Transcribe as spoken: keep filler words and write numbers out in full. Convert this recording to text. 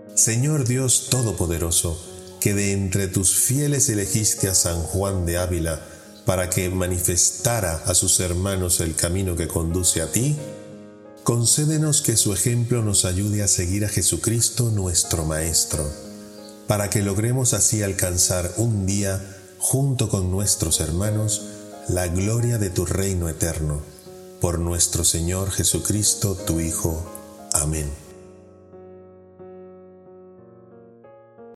Señor Dios Todopoderoso, que de entre tus fieles elegiste a San Juan de Ávila para que manifestara a sus hermanos el camino que conduce a ti, concédenos que su ejemplo nos ayude a seguir a Jesucristo nuestro Maestro, para que logremos así alcanzar un día, junto con nuestros hermanos, la gloria de tu reino eterno. Por nuestro Señor Jesucristo, tu Hijo. Amén.